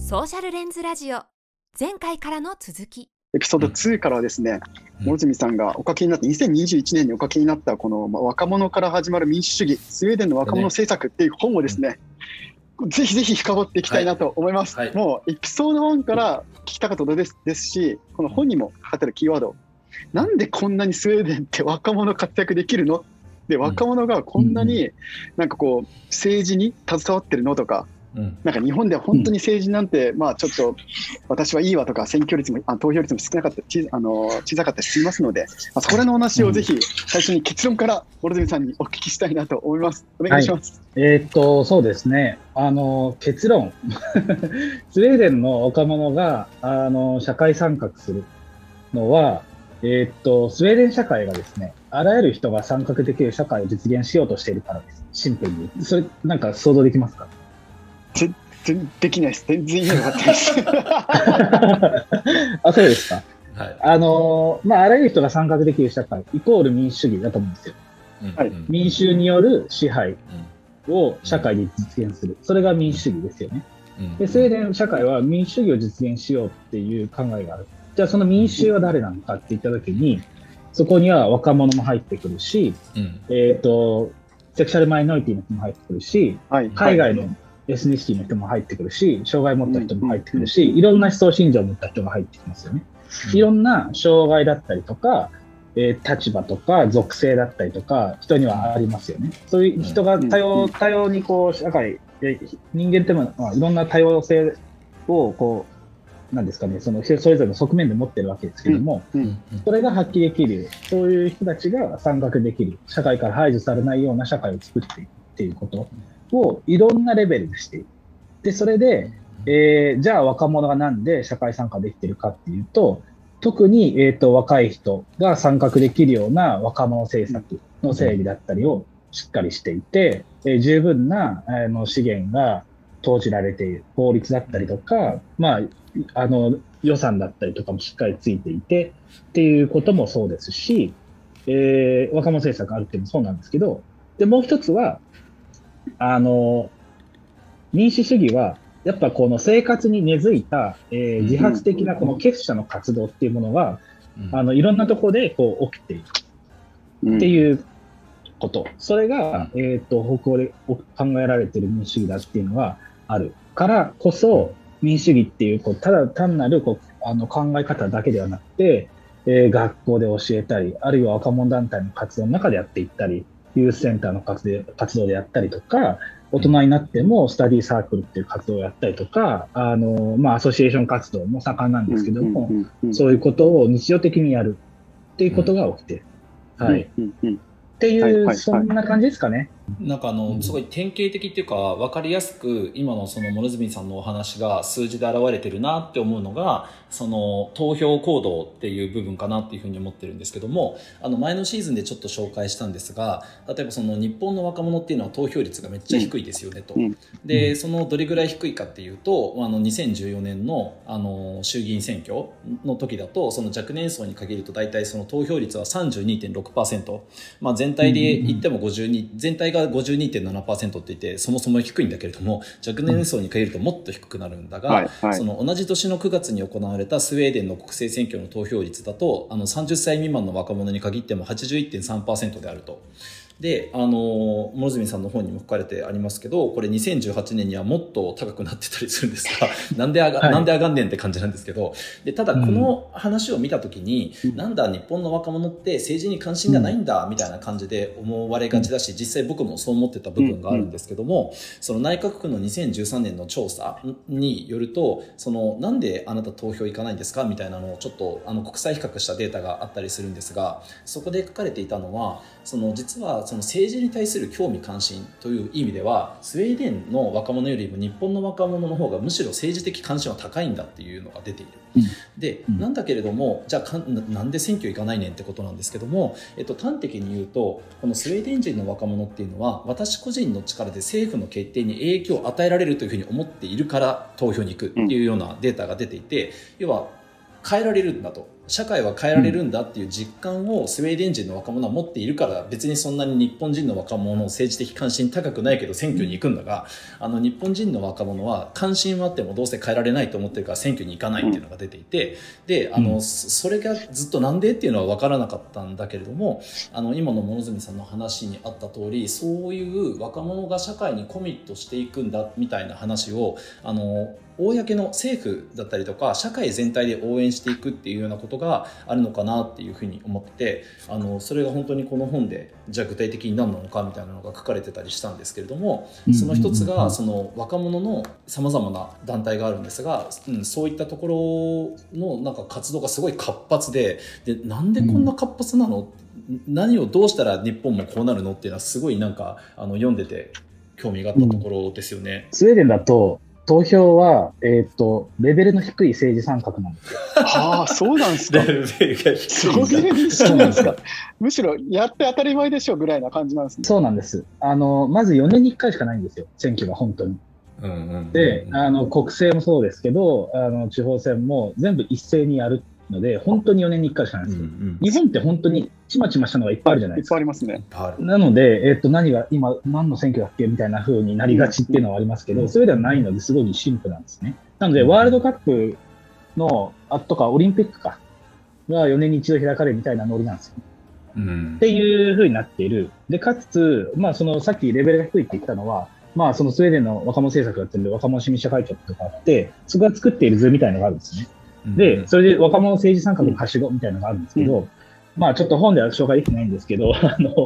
ソーシャルレンズラジオ前回からの続き。 エピソード2からはですね、諸角さんがお書きになった2021年にお書きになったこの若者から始まる民主主義スウェーデンの若者政策っていう本をですね、ぜひぜひ深掘っていきたいなと思います、もうエピソード1から聞きたかったことですし、この本にも書かれてるキーワード、なんでこんなにスウェーデンって若者活躍できるので、若者がこんなになんかこう政治に携わってるのとか、なんか日本では本当に政治なんて、ちょっと私はいいわとか、選挙率も投票率も少なかった小さかったりしますので、そこらのお話をぜひ最初に結論から諸角さんにお聞きしたいなと思います。お願いします。 そうですね、結論スウェーデンの若者が社会参画するのは、スウェーデン社会がですね、あらゆる人が参画できる社会を実現しようとしているからです。シンプルに。それなんか想像できますか？ 全然できないです。全然意味分かってないです。 そうですか。あらゆる人が参画できる社会イコール民主主義だと思うんですよ。民衆による支配を社会で実現する。それが民主主義ですよね。で、スウェーデン社会は民主主義を実現しようっていう考えがある。じゃあその民衆は誰なのかって言ったときに、そこには若者も入ってくるし、セクシャルマイノリティの人も入ってくるし、海外のエスニシティの人も入ってくるし、障害を持った人も入ってくるし、いろんな思想信条を持った人が入ってきますよね。いろんな障害だったりとか、立場とか属性だったりとか人にはありますよね。そういう人が多様にこう社会で、人間っていろんな多様性をこうなんですかね、それぞれの側面で持ってるわけですけども、それが発揮できる、そういう人たちが参画できる、社会から排除されないような社会を作っていくっていうことをいろんなレベルでしている。で、それで、じゃあ若者がなんで社会参加できているかっていうと、特に、若い人が参画できるような若者政策の整備だったりをしっかりしていて、十分な資源が投じられている法律だったりとか、予算だったりとかもしっかりついていてっていうこともそうですし、若者政策あるっていうのもそうなんですけど、でもう一つは民主主義はやっぱこの生活に根付いた、自発的なこの結社の活動っていうものが、いろんなところでこう起きているっていうこと、それが、北欧で考えられている民主主義だっていうのがあるからこそ、民主主義っていう、ただ単なる考え方だけではなくて、学校で教えたり、あるいは若者団体の活動の中でやっていったり、ユースセンターの活動でやったりとか、大人になってもスタディサークルっていう活動をやったりとか、アソシエーション活動も盛んなんですけども、そういうことを日常的にやるっていうことが起きてる。っていう、そんな感じですかね。 なんかすごい典型的っていうか分かりやすく今のその諸角さんのお話が数字で現れてるなって思うのが、その投票行動っていう部分かなっていうふうに思ってるんですけども、前のシーズンでちょっと紹介したんですが、例えばその日本の若者っていうのは投票率がめっちゃ低いですよねと。でそのどれぐらい低いかっていうと、2014年の衆議院選挙の時だと、その若年層に限ると大体その投票率は 32.6%、全体で言っても全体が 52.7% って言ってそもそも低いんだけれども、若年層に限るともっと低くなるんだが、その同じ年の9月に行われたスウェーデンの国政選挙の投票率だと、30歳未満の若者に限っても 81.3% であると。で、諸角さんの本にも書かれてありますけど、これ2018年にはもっと高くなってたりするんですが、なんで上がんねんって感じなんですけど、で、ただこの話を見たときに、なんだ日本の若者って政治に関心がないんだみたいな感じで思われがちだし、実際僕もそう思ってた部分があるんですけども、その内閣府の2013年の調査によると、なんであなた投票行かないんですかみたいなのをちょっと国際比較したデータがあったりするんですが、そこで書かれていたのは、実はその政治に対する興味関心という意味ではスウェーデンの若者よりも日本の若者の方がむしろ政治的関心は高いんだっていうのが出ている。で、なんだけれども、じゃあなんで選挙行かないねんってことなんですけども、端的に言うと、このスウェーデン人の若者っていうのは私個人の力で政府の決定に影響を与えられるというふうに思っているから投票に行くっていうようなデータが出ていて、要は変えられるんだと。 社会は変えられるんだっていう実感をスウェーデン人の若者は持っているから、別にそんなに日本人の若者の政治的関心高くないけど選挙に行くんだが、日本人の若者は関心はあってもどうせ変えられないと思ってるから選挙に行かないっていうのが出ていて、でそれがずっとなんでっていうのは分からなかったんだけれども、今の諸角さんの話にあった通り、そういう若者が社会にコミットしていくんだみたいな話を公の政府だったりとか社会全体で応援していくっていうようなことがあるのかなっていうふうに思ってて、それが本当にこの本でじゃあ具体的に何なのかみたいなのが書かれてたりしたんですけれども、その一つがその若者のさまざまな団体があるんですが、そういったところのなんか活動がすごい活発で、なんでこんな活発なの、何をどうしたら日本もこうなるのっていうのはすごいなんか読んでて興味があったところですよね。 スウェーデンだと投票は、レベルの低い政治参画なんですよ。 ああ、そうなんですか。 レベルが低いんだ。 そういうそうなんですか。むしろやって当たり前でしょうぐらいな感じなんですね。 そうなんです。まず4年に1回しかないんですよ、選挙が本当に。で、国政もそうですけど、地方選も全部一斉にやるので、本当に4年に1回しかないんですよ。日本って本当にちまちましたのがいっぱいあるじゃないですか。 いっぱいありますね。 なので、何が今何の選挙だっけみたいな風になりがちっていうのはありますけど、それではないのですごいシンプルなんですね。なので、ワールドカップのとかオリンピックかが4年に一度開かれるみたいなノリなんですよ。っていう風になっている。で、かつ、さっきレベルが低いって言ったのは、そのスウェーデンの若者政策をやってる若者市民社会局とかあって、そこが作っている図みたいなのがあるんですね。で、それで若者政治参画のはしごみたいなのがあるんですけど、ちょっと本では紹介できてないんですけど、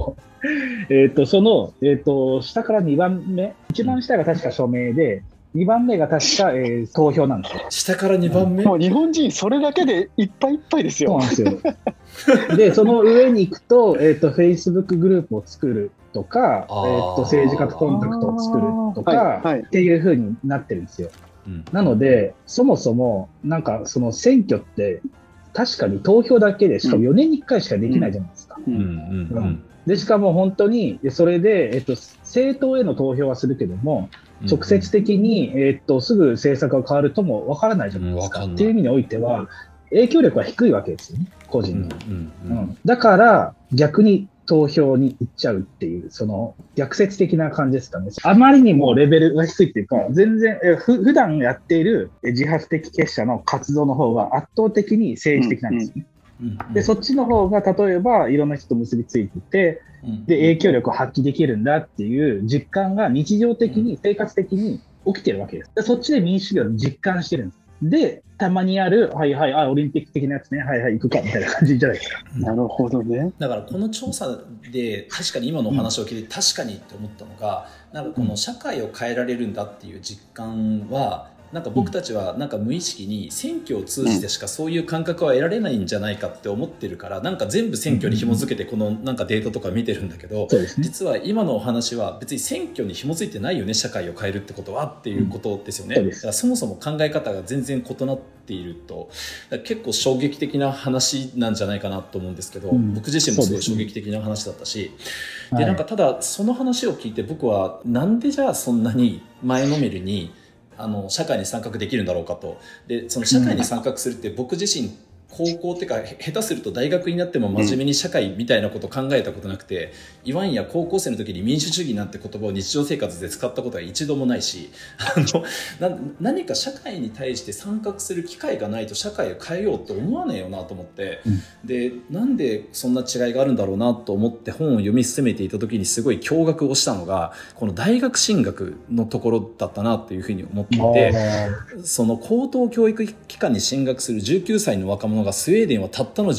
下から2番目、一番下が確か署名で、2番目が確か、投票なんですよ。 下から2番目、 もう日本人それだけでいっぱいいっぱいですよ。 そうなんですよ。で、その上に行くと、Facebook グループを作るとか、政治家とコンタクトを作るとか、っていう風になってるんですよ。なので、そもそも、なんかその選挙って、確かに投票だけで、しかも4年に1回しかできないじゃないですか。で、しかも本当に、それで、政党への投票はするけども、直接的に、すぐ政策が変わるともわからないじゃないですか。っていう意味においては、影響力は低いわけですよね、個人の。だから、逆に投票に行っちゃうっていう、その逆説的な感じですかね。あまりにもレベルが低いっていうか、全然、普段やっている自発的結社の活動の方が圧倒的に政治的なんですよね。で、そっちの方が例えばいろんな人と結びついていて、で、影響力を発揮できるんだっていう実感が日常的に、生活的に起きてるわけです。で、そっちで民主主義を実感してるんです。で、たまにある、オリンピック的なやつね、行くか、みたいな感じじゃないですか。 なるほどね。 だからこの調査で確かに今のお話を聞いて確かにって思ったのが、なんかこの社会を変えられるんだっていう実感は、なんか僕たちはなんか無意識に選挙を通じてしかそういう感覚は得られないんじゃないかって思ってるから、なんか全部選挙に紐づけてこのなんかデータとか見てるんだけど、実は今のお話は別に選挙に紐づいてないよね、社会を変えるってことはっていうことですよね。だからそもそも考え方が全然異なっていると、結構衝撃的な話なんじゃないかなと思うんですけど、僕自身もすごい衝撃的な話だったし、でなんかただその話を聞いて僕はなんでじゃあそんなに前のめりに社会に参画できるんだろうかと。で、その社会に参画するって僕自身高校っていうか下手すると大学になっても真面目に社会みたいなことを考えたことなくて、いわんや高校生の時に民主主義なんて言葉を日常生活で使ったことは一度もないし、何か社会に対して参画する機会がないと社会を変えようって思わねえよなと思って、でなんでそんな違いがあるんだろうなと思って本を読み進めていた時にすごい驚愕をしたのがこの大学進学のところだったなというふうに思っていて、その高等教育機関に進学する19歳の若者がスウェーデンはたったの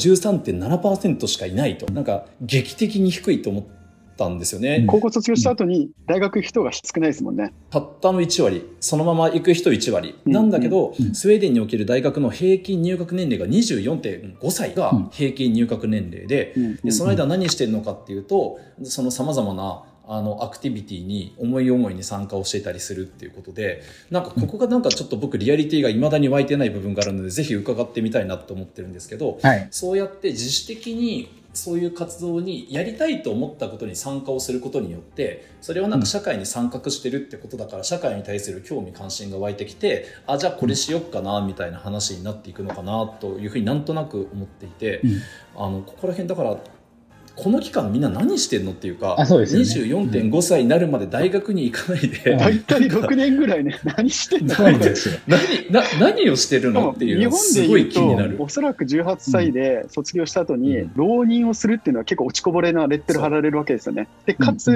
13.7% しかいないと、なんか劇的に低いと思ったんですよね。 高校卒業した後に大学行く人が少ないですもんね。 たったの1割、そのまま行く人1割なんだけど、スウェーデンにおける大学の平均入学年齢が 24.5 歳が平均入学年齢で、その間何してるのかっていうと、その様々なアクティビティに思い思いに参加をしていたりするっていうことで、なんかここがなんかちょっと僕リアリティが未だに湧いてない部分があるのでぜひ伺ってみたいなと思ってるんですけど、そうやって自主的にそういう活動にやりたいと思ったことに参加をすることによって、それはなんか社会に参画してるってことだから、社会に対する興味関心が湧いてきて、じゃあこれしよっかなみたいな話になっていくのかなというふうになんとなく思っていて、ここら辺だからこの期間みんな何してんのっていうか、24.5 歳になるまで大学に行かないで、 大体6年ぐらいね、何してんの何をしてるのっていうのがすごい気になる。 おそらく18歳で卒業した後に浪人をするっていうのは結構落ちこぼれなレッテル貼られるわけですよね。でかつ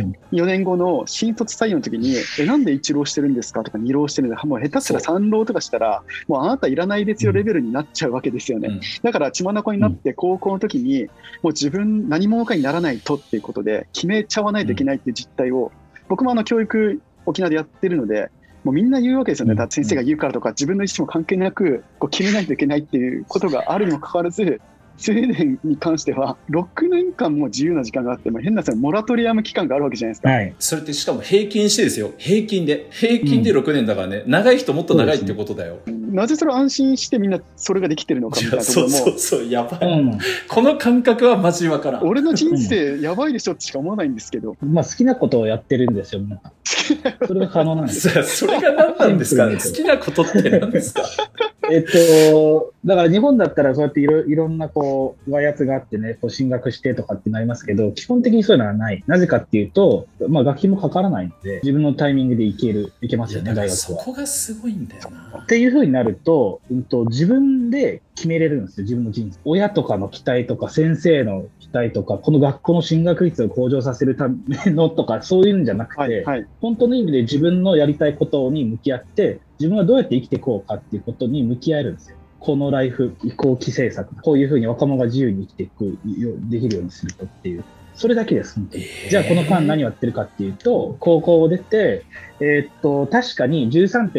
4年後の新卒採用の時になんで1浪してるんですかとか2浪してるんですか、もう下手すら3浪とかしたらもうあなたいらないですよレベルになっちゃうわけですよね。だから血眼になって高校の時にもう自分何者かにならないとっていうことで決めちゃわないといけないっていう実態を、僕も教育沖縄でやってるのでもうみんな言うわけですよね。だって先生が言うからとか自分の意思も関係なく決めないといけないっていうことがあるにもかかわらず、スウェーデンに関しては6年間も自由な時間があって、変なモラトリアム期間があるわけじゃないですか、はい、 それってしかも平均してですよ。平均で6年だからね、長い人もっと長いってことだよ。 なぜそれを安心してみんなそれができてるのかみたいなところも、 そうやばい、この感覚はマジわからん。 俺の人生やばいでしょってしか思わないんですけど好きなことをやってるんですよ。それが可能なんですそれが何なんですかね。好きなことって何ですかだから日本だったらそうやっていろんな和圧があってね、進学してとかってなりますけど、基本的にそういうのはない。なぜかっていうと、学費もかからないので、自分のタイミングで行けますよね、大学は。 そこがすごいんだよな。 っていう風になると、自分で決めれるんですよ、自分の人生。親とかの期待とか、先生の期待とか、この学校の進学率を向上させるためのとか、そういうんじゃなくて、本当の意味で自分のやりたいことに向き合って、自分はどうやって生きていこうかっていうことに向き合えるんですよ。このライフ移行期政策、こういうふうに若者が自由に生きていくできるようにするとっていう、それだけです。じゃあこの間何をやってるかっていうと、高校を出て、確かに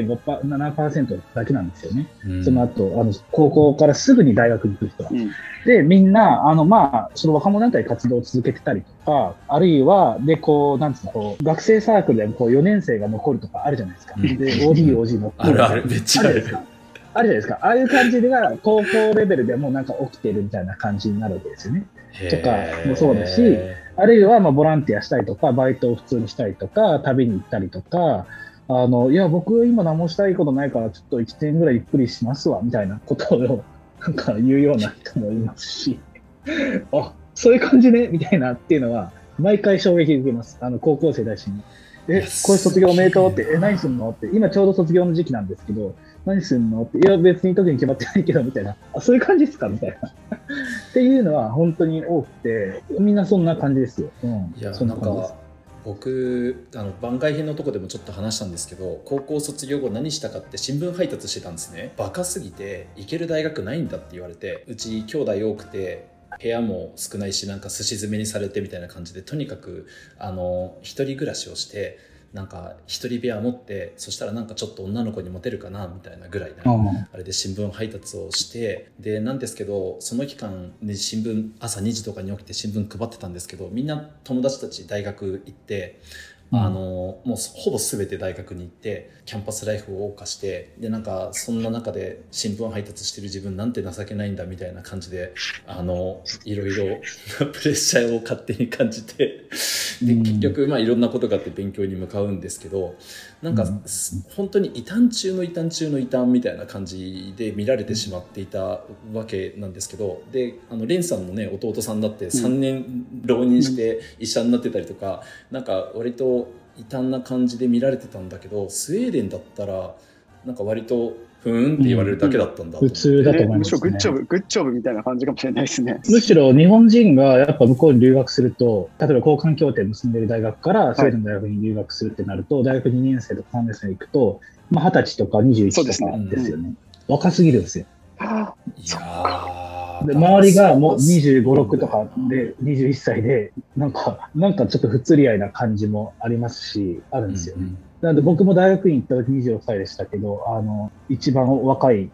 13.7% だけなんですよね。その後、高校からすぐに大学に行く人は。で、みんな、その若者団体活動を続けてたりとか、あるいは、で、学生サークルで4年生が残るとかあるじゃないですか。で、OD 残る。 ある、めっちゃある。 あるじゃないですか。ああいう感じが高校レベルでもなんか起きてるみたいな感じになるわけですよね。とかもそうだし、あるいはボランティアしたりとか、バイトを普通にしたりとか、旅に行ったりとか、いや、僕今何もしたいことないからちょっと1年ぐらいゆっくりしますわ、みたいなことをなんか言うような人もいますし、そういう感じね、みたいなっていうのは、毎回衝撃を受けます。高校生だしに。これ卒業おめでとうって、何すんのって、今ちょうど卒業の時期なんですけど、何すんのって、いや別に特に決まってないけどみたいな、そういう感じですかみたいなっていうのは本当に多くて、みんなそんな感じですよ。 いや、なんか僕番外編のとこでもちょっと話したんですけど、高校卒業後何したかって新聞配達してたんですね。バカすぎて行ける大学ないんだって言われて、うち兄弟多くて部屋も少ないし、なんかすし詰めにされてみたいな感じで、とにかく一人暮らしをして、なんか一人部屋持って、そしたらなんかちょっと女の子にモテるかなみたいなぐらいな、あれで新聞配達をして、でなんですけど、その期間ね、新聞朝2時とかに起きて新聞配ってたんですけど、みんな友達たち大学行って、もうほぼ全て大学に行ってキャンパスライフを謳歌して、でなんかそんな中で新聞配達してる自分なんて情けないんだみたいな感じで、いろいろプレッシャーを勝手に感じて、で結局いろんなことがあって勉強に向かうんですけど、なんか本当に異端中の異端中の異端みたいな感じで見られてしまっていたわけなんですけど、でレンさんのね弟さんだって3年浪人して医者になってたりとか、なんか割と異端な感じで見られてたんだけど、スウェーデンだったらなんか割とふーんって言われるだけだったんだ、 普通だと思います、ね。 むしろグッジョブみたいな感じかもしれないですね。 むしろ日本人がやっぱ向こうに留学すると、例えば交換協定結んでる大学からスウェーデンの大学に留学するってなると、大学2年生とか3年生に行くと、20歳とか21とかですよね。若すぎるんですよ。 いやで周りがもう25、6とかで21歳でなんかちょっと不釣り合いな感じもありますし、あるんですよね。なので僕も大学院行った時26歳でしたけど、一番若い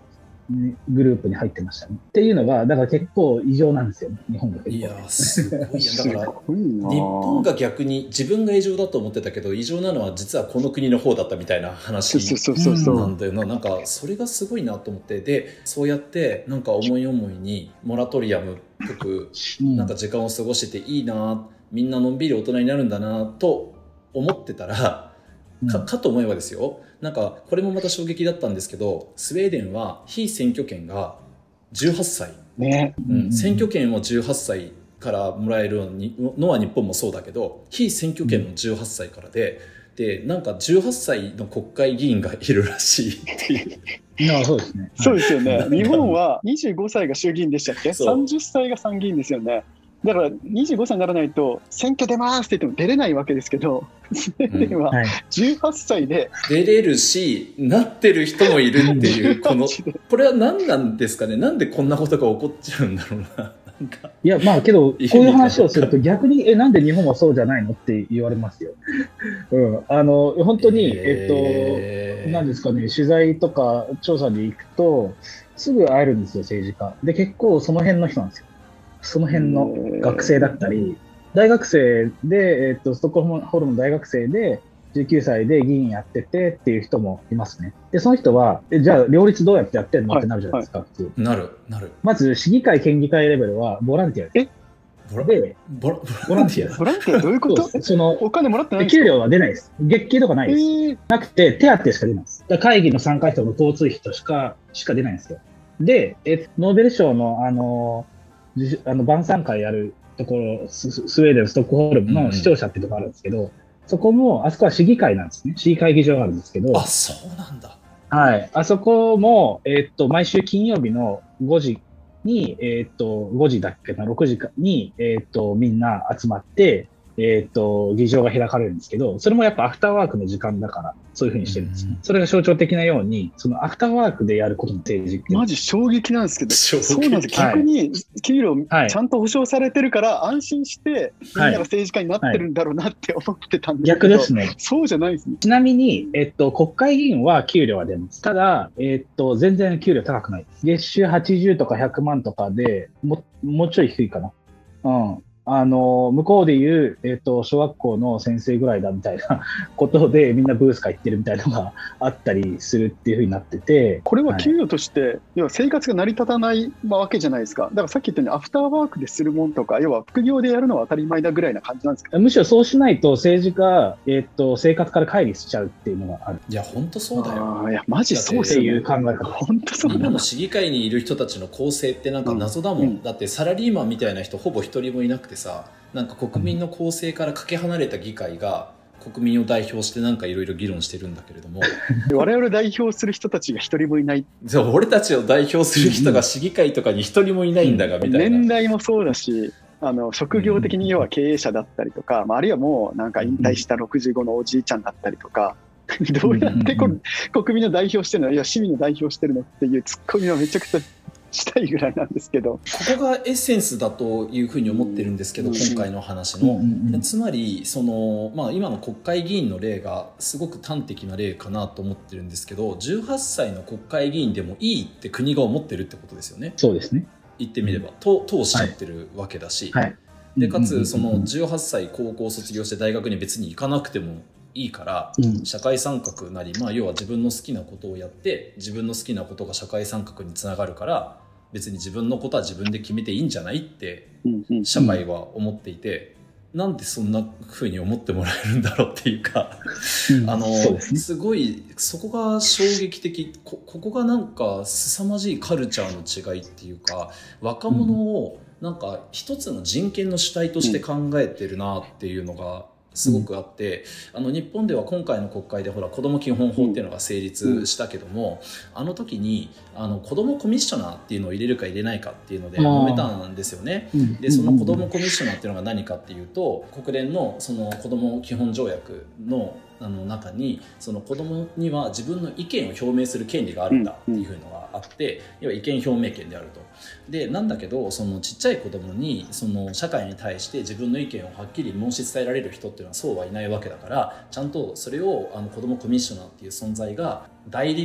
グループに入ってましたね。っていうのが、だから結構異常なんですよね、日本が結構。 いや、すごい。だから、日本が逆に自分が異常だと思ってたけど、異常なのは実はこの国の方だったみたいな話なんだよな。なんか、それがすごいなと思って、で、そうやって、なんか思い思いにモラトリアムっぽく、なんか時間を過ごしてていいな、みんなのんびり大人になるんだな、と思ってたら、かと思えばですよ、なんかこれもまた衝撃だったんですけど、スウェーデンは非選挙権が18歳、 ね、 選挙権を18歳からもらえるのは日本もそうだけど、非選挙権も18歳からで、なんか18歳の国会議員がいるらしいっていう。 そうですね。 そうですよね。日本は25歳が衆議院でしたっけ？30歳が参議院ですよね。だから25歳にならないと選挙出ますって言っても出れないわけですけど、スウェーデンは18歳で出れるし、なってる人もいるっていうこれは何なんですかね。なんでこんなことが起こっちゃうんだろうな。 いや、まあけどこういう話をすると逆になんで日本はそうじゃないのって言われますよ。本当に何ですかね、取材とか調査に行くとすぐ会えるんですよ、政治家で。結構その辺の人なんですよ。その辺の学生だったり、大学生で、ストックホルムの大学生で、19歳で議員やっててっていう人もいますね。で、その人は、じゃあ両立どうやってやってんのってなるじゃないですか、普通。 なる。 まず、市議会、県議会レベルはボランティアです。 ボランティアボランティアどういうこと？お金もらってないんですか？ 給料は出ないです。月給とかないです。なくて、手当しか出ないです。会議の参加費とか交通費としか出ないんですよ。で、ノーベル賞の晩餐会やるところ、スウェーデンのストックホルムの視聴者っていうところがあるんですけど、そこも、あそこは市議会なんですね。市議会議場があるんですけど。 あ、そうなんだ。 はい。あそこも、毎週金曜日の5時に、5時だっけな、6時に、みんな集まって、議場が開かれるんですけど、それもやっぱアフターワークの時間だから、そういうふうにしてるんです。それが象徴的なように、そのアフターワークでやることの政治って。 マジ衝撃なんですけど、そうなんです。逆に給料ちゃんと保証されてるから、安心してみんなが政治家になってるんだろうなって思ってたんですけど、 逆ですね。 そうじゃないですね。 ちなみに、国会議員は給料は出ます。ただ、全然給料高くないです。月収80とか100万とかでもうちょい低いかな。向こうでいう、小学校の先生ぐらいだみたいなことでみんなブースか行ってるみたいなのがあったりするっていうふうになってて、 これは給与として、要は生活が成り立たないわけじゃないですか。だからさっき言ったようにアフターワークでするもんとか、要は副業でやるのは当たり前だぐらいな感じなんですか？ むしろそうしないと政治家、生活から乖離しちゃうっていうのがある。 いや本当そうだよ。 いやマジそうですよね。っていう考え方。 本当そうだ。 今の市議会にいる人たちの構成ってなんか謎だもん。だってサラリーマンみたいな人ほぼ一人もいなくてさ、なんか国民の構成からかけ離れた議会が国民を代表してなんかいろいろ議論してるんだけれども我々を代表する人たちが一人もいない。 俺たちを代表する人が市議会とかに一人もいないんだがみたいな。 年代もそうだし、職業的に要は経営者だったりとか、あるいはもうなんか引退した65のおじいちゃんだったりとか、どうやって国民の代表してるの、いや市民の代表してるのっていうツッコミはめちゃくちゃしたいぐらいなんですけど、 ここがエッセンスだというふうに思ってるんですけど、今回の話の、つまりその、今の国会議員の例がすごく端的な例かなと思ってるんですけど、18歳の国会議員でもいいって国が思ってるってことですよね。 そうですね。 言ってみれば通しちゃってるわけだし、でかつその18歳高校卒業して大学に別に行かなくてもいいから、社会参画なり、要は自分の好きなことをやって自分の好きなことが社会参画につながるから、別に自分のことは自分で決めていいんじゃないって社会は思っていて、なんでそんな風に思ってもらえるんだろうっていうかすごいそこが衝撃的。ここがなんか凄まじいカルチャーの違いっていうか、若者をなんか一つの人権の主体として考えてるなっていうのがすごくあって、日本では今回の国会でほら子ども基本法っていうのが成立したけども、あの時に子どもコミッショナーっていうのを入れるか入れないかっていうので揉めたんですよね。でその子どもコミッショナーっていうのが何かっていうと、国連のその子ども基本条約の中にその子どもには自分の意見を表明する権利があるんだっていうのがあって、要は意見表明権であると。でなんだけどそのちっちゃい子どもにその社会に対して自分の意見をはっきり申し伝えられる人っていうのはそうはいないわけだから、ちゃんとそれを子どもコミッショナーっていう存在が代理で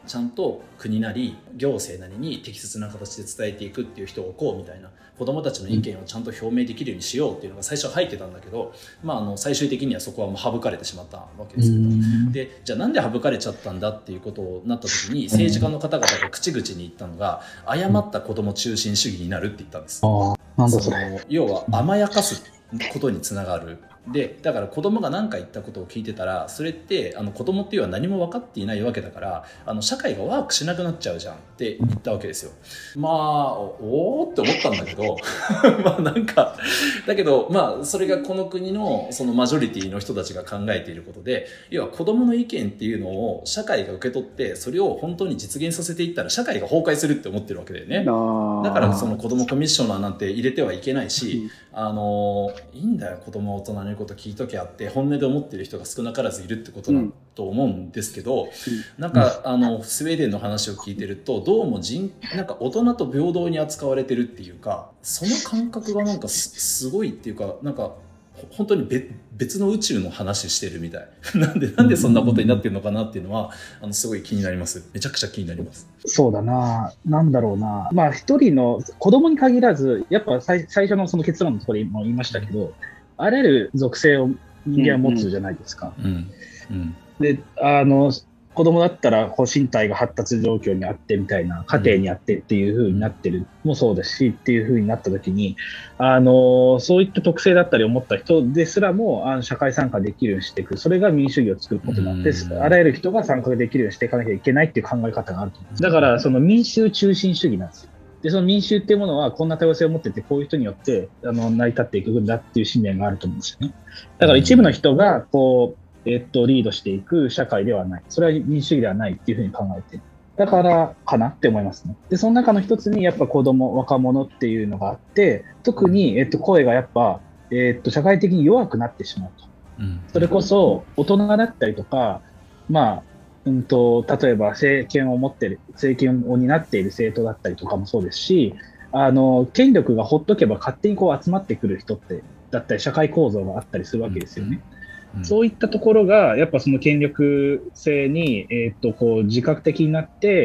ちゃんと国なり行政なりに適切な形で伝えていくっていう人を置こうみたいな、子どもたちの意見をちゃんと表明できるようにしようっていうのが最初は入ってたんだけど、最終的にはそこはもう省かれてしまったわけですけど、でじゃあなんで省かれちゃったんだっていうことになった時に、政治家の方々が口々に言ったのが、誤った子ども中心主義になるって言ったんです。 なんだそれ。 要は甘やかすことにつながる。でだから子供が何か言ったことを聞いてたら、それって子供っていうのは何も分かっていないわけだから、社会がワークしなくなっちゃうじゃんって言ったわけですよ。おーって思ったんだけどなんかだけどそれがこの国のそのマジョリティの人たちが考えていることで、要は子供の意見っていうのを社会が受け取って、それを本当に実現させていったら社会が崩壊するって思ってるわけだよね。だからその子供コミッショナーなんて入れてはいけないし、いいんだよ子供は大人の言うこと聞いときゃって本音で思ってる人が少なからずいるってことだと思うんですけど、なんかスウェーデンの話を聞いてると、どうもなんか大人と平等に扱われてるっていうか、その感覚がなんかすごいっていうか、なんか本当に別の宇宙の話してるみたいなんでそんなことになってるのかなっていうのはすごい気になります。めちゃくちゃ気になります。 そうだな、なんだろうな、一人の子供に限らず、やっぱ最初のその結論のところにも言いましたけど、あらゆる属性を人間は持つじゃないですか。で、子供だったら身体が発達状況にあってみたいな、家庭にあってっていう風になってるもそうですし、っていう風になった時に、そういった特性だったり思った人ですらも社会参加できるようにしていく、それが民主主義を作ることになって、あらゆる人が参加できるようにしていかなきゃいけないっていう考え方があると思うんです。だからその民衆中心主義なんですよ。でその民衆っていうものはこんな多様性を持ってて、こういう人によって成り立っていくんだっていう信念があると思うんですよね。だから一部の人がリードしていく社会ではない、それは民主主義ではないっていうふうに考えている。だからかなって思いますね。でその中の一つにやっぱ子供、若者っていうのがあって、特に声がやっぱ社会的に弱くなってしまうと。それこそ大人だったりとか、例えば政権を担っている政党だったりとかもそうですし、権力がほっとけば勝手に集まってくる人だったり社会構造があったりするわけですよね。そういったところがやっぱその権力性に、自覚的になって、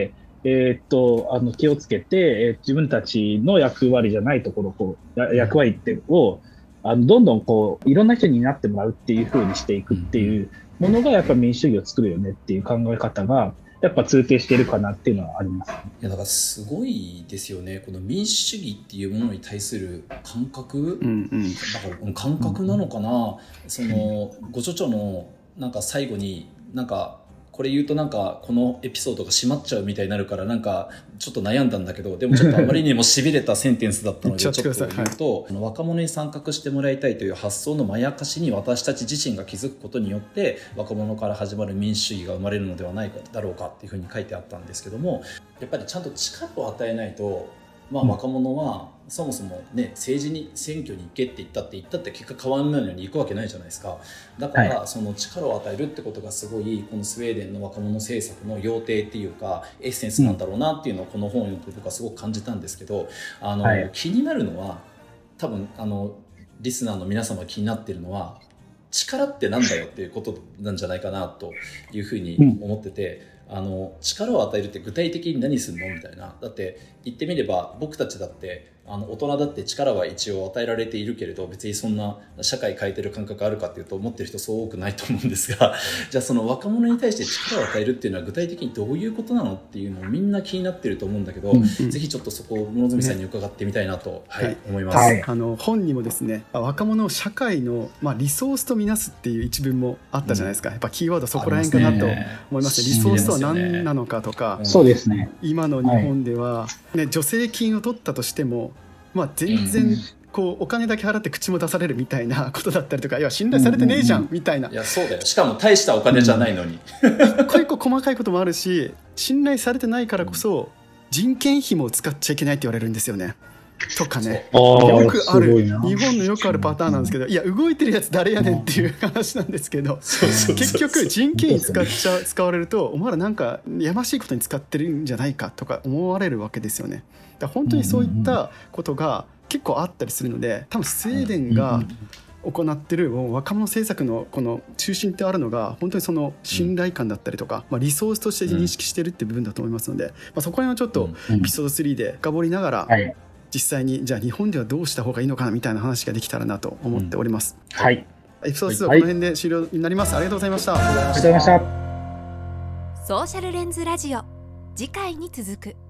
気をつけて、自分たちの役割じゃないところ役割をどんどんいろんな人になってもらうっていう風にしていくっていうものがやっぱ民主主義を作るよねっていう考え方がやっぱ通底しているかなっていうのはあります、ね。 いやだからすごいですよね、この民主主義っていうものに対する感覚、だから感覚なのかな、そのご著書のなんか最後になんかこれ言うとなんかこのエピソードが閉まっちゃうみたいになるからなんかちょっと悩んだんだけど、でもちょっとあまりにも痺れたセンテンスだったのでちょっと言うと、若者に参画してもらいたいという発想のまやかしに私たち自身が気づくことによって若者から始まる民主主義が生まれるのではないかだろうかっていうふうに書いてあったんですけども、やっぱりちゃんと力を与えないと、若者はそもそもね、選挙に行けって言ったって結果変わらないのに行くわけないじゃないですか。だからその力を与えるってことがすごいこのスウェーデンの若者政策の要諦っていうかエッセンスなんだろうなっていうのをこの本を読んで僕はすごく感じたんですけど、気になるのは多分リスナーの皆様が気になってるのは力ってなんだよっていうことなんじゃないかなというふうに思ってて、力を与えるって具体的に何するのみたいな。だって言ってみれば僕たちだって大人だって力は一応与えられているけれど、別にそんな社会変えてる感覚あるかっていうと思ってる人そう多くないと思うんですがじゃあその若者に対して力を与えるっていうのは具体的にどういうことなのっていうのをみんな気になってると思うんだけど、ぜひちょっとそこを諸角さんに伺ってみたいなと、思います。 本にもですね、若者を社会の、リソースとみなすっていう一文もあったじゃないですか。やっぱキーワードそこら辺かなと思いますね。リソースとは何なのかとか、 そうですね、 今の日本では、助成金を取ったとしても全然お金だけ払って口も出されるみたいなことだったりとか、いや信頼されてねえじゃんみたいな、 いやそうだよ、しかも大したお金じゃないのに、 一個一個細かいこともあるし、信頼されてないからこそ人件費も使っちゃいけないって言われるんですよねとかね。よくある、日本のよくあるパターンなんですけど、いや動いてるやつ誰やねんっていう話なんですけど、結局人件費使われると、お前らなんかやましいことに使ってるんじゃないかとか思われるわけですよね。だから本当にそういったことが結構あったりするので、多分スウェーデンが行ってる若者政策のこの中心ってあるのが本当にその信頼感だったりとか、リソースとして認識してるって部分だと思いますので、そこら辺をちょっとエピソード3で深掘りながら、実際にじゃあ日本ではどうした方がいいのかなみたいな話ができたらなと思っております。はい、エピソード2はこの辺で終了になります。ありがとうございました。 ありがとうございました。 ソーシャルレンズラジオ、次回に続く。